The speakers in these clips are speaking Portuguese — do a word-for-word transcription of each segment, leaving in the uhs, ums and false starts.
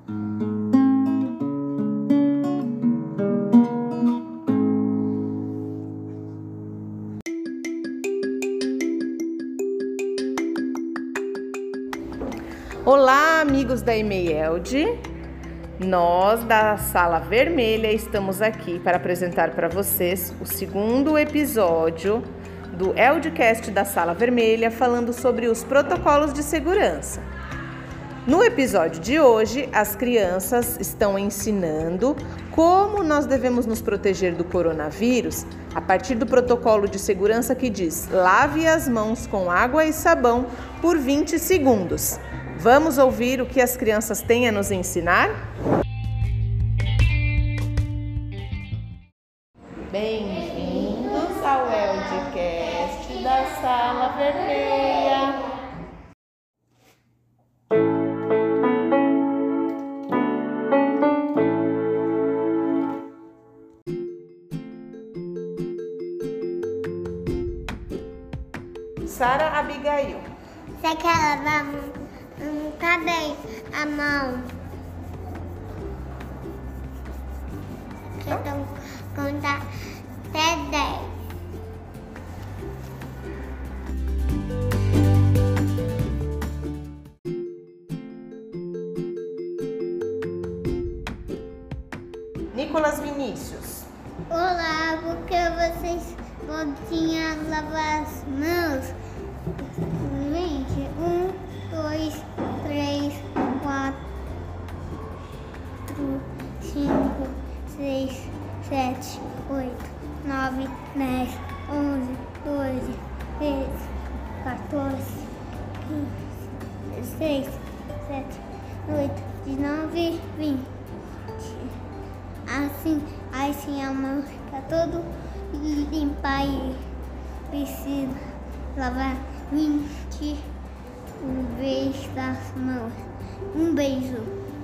Olá, amigos da EMEIELD. Nós da Sala Vermelha estamos aqui para apresentar para vocês o segundo episódio do ELDcast da Sala Vermelha, falando sobre os protocolos de segurança. No episódio de hoje, as crianças estão ensinando como nós devemos nos proteger do coronavírus a partir do protocolo de segurança que diz: lave as mãos com água e sabão por vinte segundos. Vamos ouvir o que as crianças têm a nos ensinar? Bem-vindos ao ELDcast da Sala Vermelha. Sara Abigail. Você quer lavar hum, tá bem a mão? Então, contar até dez. Nicolas Vinícius. Olá, porque vocês podem lavar as mãos? Gente, um, dois, três, quatro, cinco, seis, sete, oito, nove, dez, onze, doze, treze, quatorze, quinze, dezesseis, dezessete, dezoito, dezenove, vinte. Assim, assim a mão fica todo limpa e precisa lavar vinte vezes das mãos. Um beijo.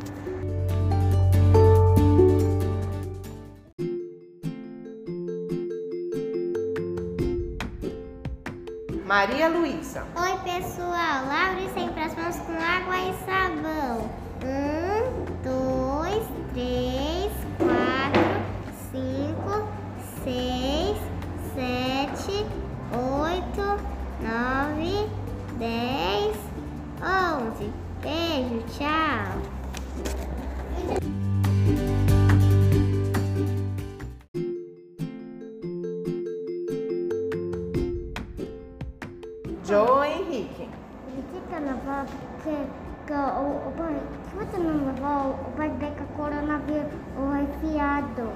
Maria Luísa. Oi, pessoal. Lave sempre as mãos com água e sabão. Um, dois, três, quatro, cinco, seis, sete, oito, nove, dez, onze. Beijo, tchau. João Henrique. Fica lavar porque que o, o pai, se você não lavar, o pai pega coronavírus ou resfriado.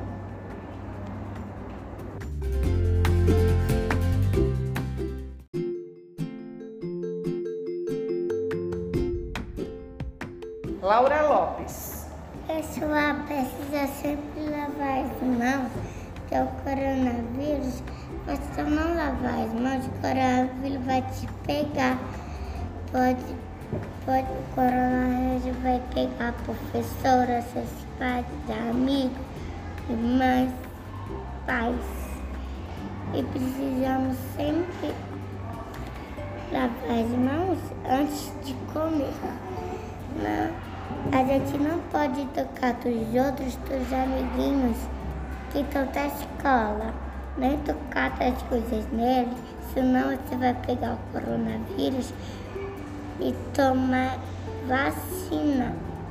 Laura Lopes. Pessoal, precisa sempre lavar as mãos, porque o coronavírus, se você não lavar as mãos, o coronavírus vai te pegar. Pode, pode, o coronavírus vai pegar professora, seus pais, amigos, irmãs, pais. E precisamos sempre lavar as mãos antes de comer. Não. A gente não pode tocar dos outros, dos amiguinhos que estão da escola, nem tocar as coisas neles, senão você vai pegar o coronavírus e tomar vacina.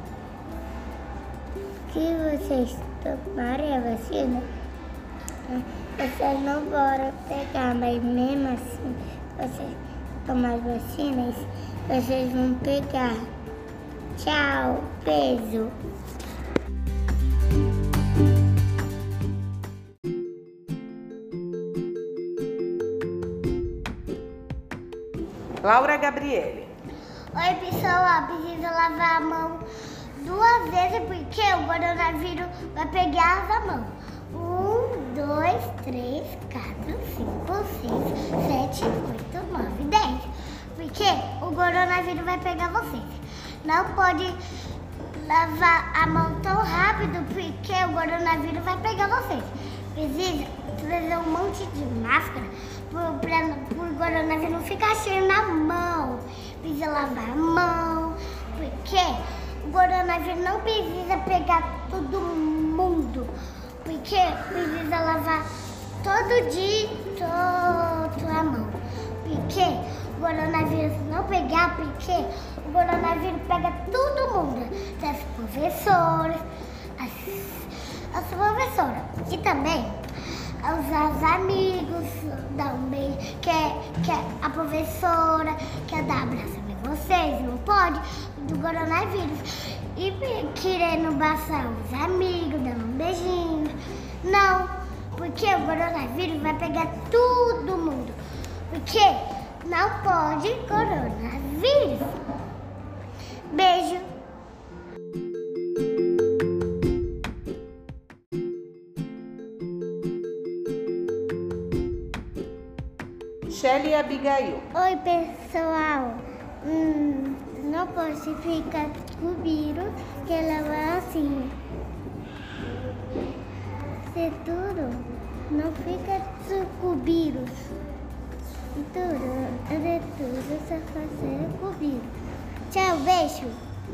Se vocês tomarem a vacina, vocês não vão pegar, mas mesmo assim, se vocês tomarem vacinas, vocês vão pegar. Tchau, beijo. Laura Gabriele. Oi, pessoal, precisa lavar a mão duas vezes porque o coronavírus vai pegar a mão. Um, dois, três, quatro, cinco, seis, sete, oito, nove, dez. Porque o coronavírus vai pegar vocês. Não pode lavar a mão tão rápido porque o coronavírus vai pegar vocês. Precisa fazer um monte de máscara para o coronavírus não ficar cheio na mão. Precisa lavar a mão porque o coronavírus não precisa pegar todo mundo, porque precisa lavar todo dia toda a mão. Porque o coronavírus não pegar, porque o coronavírus pega todo mundo, as professoras, as, as professoras e também os, os amigos, dar um beijo, quer, quer a professora, quer dar abraço em vocês, não pode, do coronavírus. E querendo passar os amigos, dando um beijinho. Não, porque o coronavírus vai pegar todo mundo. Porque não pode coronavírus. Beijo. Shelly e Abigail. Oi, pessoal. Hum, não pode ficar cobrindo que ela vai assim. Se tudo não fica cobrindo. Tudo, de tudo, só fazer cobrindo. Tchau, beijo.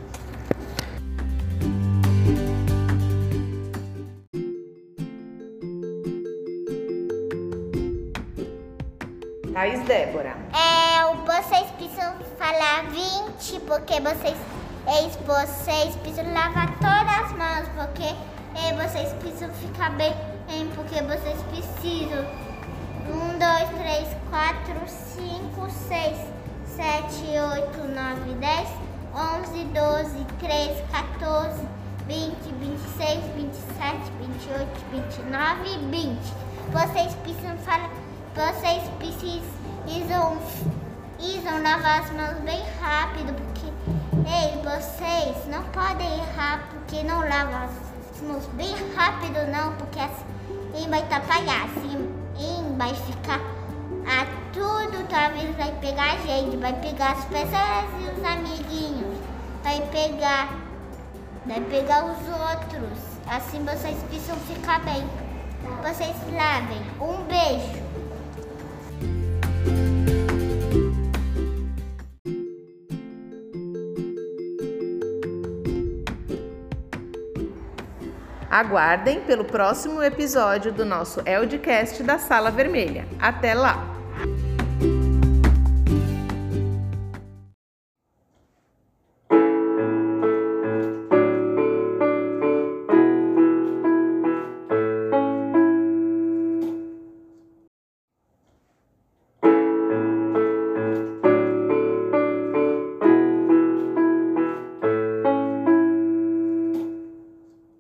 Thaís Débora. É, vocês precisam falar vinte, porque vocês, eles, vocês precisam lavar todas as mãos, porque é, vocês precisam ficar bem, é, porque vocês precisam. Um, dois, três, quatro, cinco, seis, sete, oito, nove, dez, onze, doze, treze, quatorze, vinte, vinte e seis, vinte e sete, vinte e oito, vinte e nove e vinte. Vocês precisam falar, vocês precisam, precisam lavar as mãos bem rápido, porque ei, vocês não podem errar, porque não lavam as mãos bem rápido não, porque assim vai atrapalhar, assim vai ficar a tudo, talvez vai pegar a gente, vai pegar as pessoas e os amiguinhos, vai pegar, vai pegar os outros, assim vocês precisam ficar bem, vocês lavem, um beijo. Aguardem pelo próximo episódio do nosso EldCast da Sala Vermelha. Até lá!